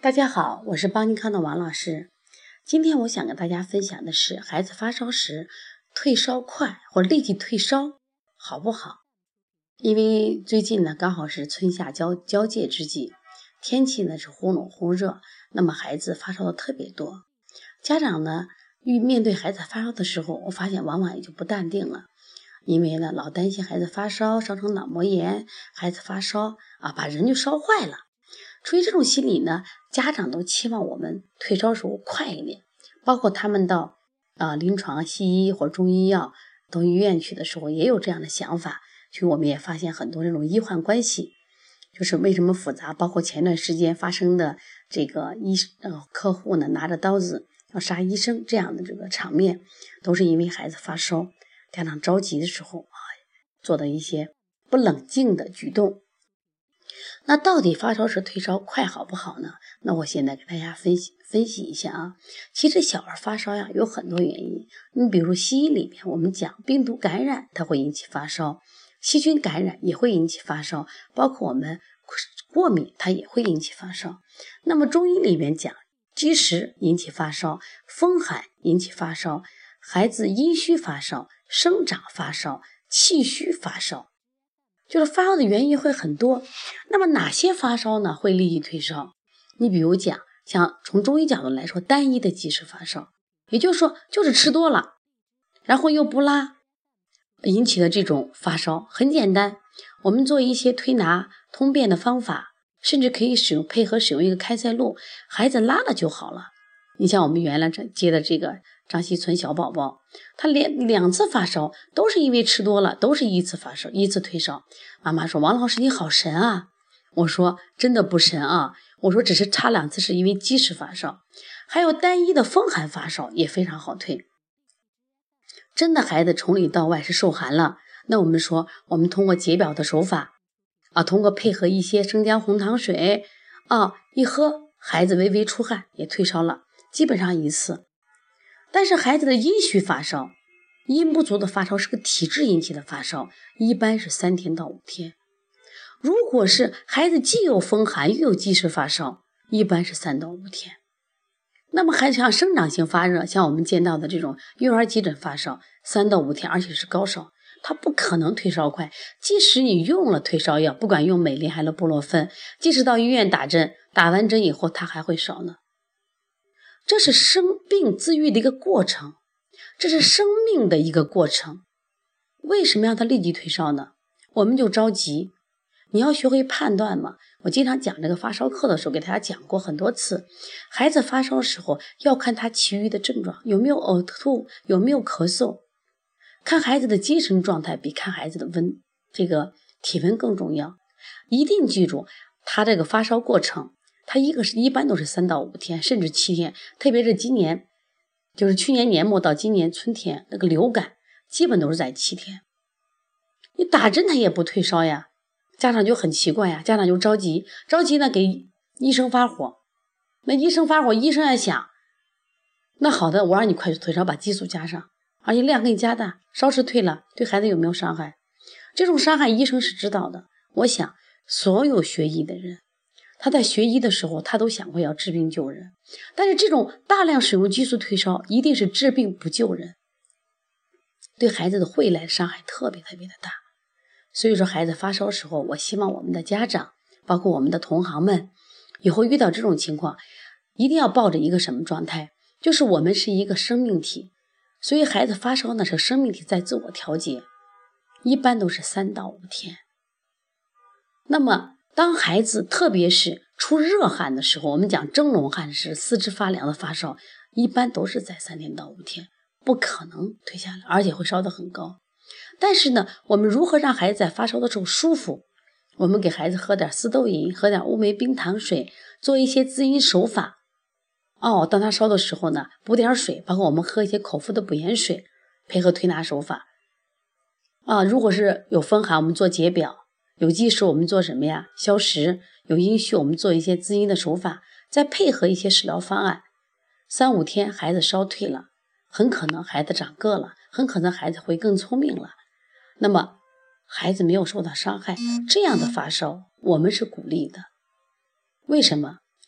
大家好，我是邦尼康的王老师。今天我想跟大家分享的是，孩子发烧时退烧快或立即退烧好不好？因为最近呢刚好是春夏交界之际，天气呢是忽冷忽热，那么孩子发烧的特别多。家长呢面对孩子发烧的时候，我发现往往也就不淡定了，因为呢老担心孩子发烧烧成脑膜炎，孩子发烧把人就烧坏了。出于这种心理呢，家长都期望我们退烧时候快一点，包括他们到临床西医或中医药到医院去的时候也有这样的想法。所以我们也发现很多这种医患关系就是为什么复杂，包括前段时间发生的这个客户呢拿着刀子要杀医生这样的这个场面，都是因为孩子发烧，家长着急的时候做的一些不冷静的举动。那到底发烧时退烧快好不好呢？那我现在给大家分析一下其实小儿发烧有很多原因。你比如西医里面我们讲病毒感染它会引起发烧，细菌感染也会引起发烧，包括我们过敏它也会引起发烧。那么中医里面讲积食引起发烧，风寒引起发烧，孩子阴虚发烧，生长发烧，气虚发烧，就是发烧的原因会很多。那么哪些发烧呢会立即退烧？你比如讲，像从中医角度来说，单一的积食发烧，也就是说就是吃多了然后又不拉引起的这种发烧，很简单，我们做一些推拿通便的方法，甚至可以配合使用一个开塞露，孩子拉了就好了。你像我们原来接的这个张锡存小宝宝，他两次发烧都是因为吃多了，都是一次发烧一次退烧。妈妈说王老师你好神啊，我说真的不神我说只是差2次是因为积食发烧。还有单一的风寒发烧也非常好退，真的孩子从里到外是受寒了，那我们说我们通过解表的手法通过配合一些生姜红糖水一喝孩子微微出汗也退烧了，基本上一次。但是孩子的阴虚发烧，阴不足的发烧是个体质引起的发烧，一般是3天到5天。如果是孩子既有风寒又有积食发烧，一般是3到5天。那么还像生长性发热，像我们见到的这种幼儿急诊发烧3到5天，而且是高烧，它不可能退烧快。即使你用了退烧药，不管用美林还是布洛芬，即使到医院打针，打完针以后它还会烧呢。这是生病自愈的一个过程，这是生命的一个过程。为什么让它立即退烧呢？我们就着急，你要学会判断嘛。我经常讲这个发烧课的时候给大家讲过很多次，孩子发烧的时候要看他其余的症状，有没有呕吐，有没有咳嗽，看孩子的精神状态比看孩子的这个体温更重要。一定记住他这个发烧过程，他一般都是3到5天甚至7天，特别是今年就是去年年末到今年春天那个流感基本都是在7天。你打针他也不退烧呀，家长就很奇怪呀，家长就着急呢给医生发火。那医生发火，医生在想，那好的，我让你快速退烧，把激素加上，而且量给你加大，烧是退了，对孩子有没有伤害？这种伤害医生是知道的。我想所有学医的人，他在学医的时候他都想过要治病救人，但是这种大量使用激素退烧一定是治病不救人，对孩子的未来伤害特别的大。所以说孩子发烧时候，我希望我们的家长包括我们的同行们以后遇到这种情况一定要抱着一个什么状态，就是我们是一个生命体，所以孩子发烧呢是生命体在自我调节，一般都是3到5天。那么当孩子特别是出热汗的时候，我们讲蒸笼汗是四肢发凉的发烧，一般都是在3天到5天，不可能退下来，而且会烧得很高。但是呢，我们如何让孩子在发烧的时候舒服？我们给孩子喝点丝豆饮，喝点乌梅冰糖水，做一些滋阴手法当他烧的时候呢，补点水，包括我们喝一些口服的补盐水，配合推拿手法如果是有风寒我们做解表，有积食我们做什么呀？消食，有阴虚我们做一些滋阴的手法，再配合一些食疗方案，3、5天孩子烧退了，很可能孩子长个了，很可能孩子会更聪明了，那么孩子没有受到伤害，这样的发烧我们是鼓励的。为什么？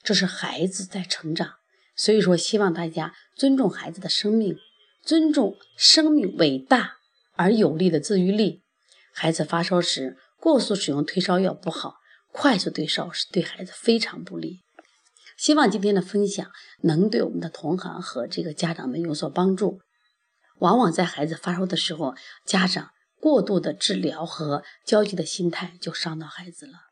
这是孩子在成长。所以说希望大家尊重孩子的生命，尊重生命伟大而有力的自愈力。孩子发烧时过速使用退烧药不好，快速退烧是对孩子非常不利。希望今天的分享能对我们的同行和家长们有所帮助。往往在孩子发烧的时候，家长过度的治疗和焦急的心态就伤到孩子了。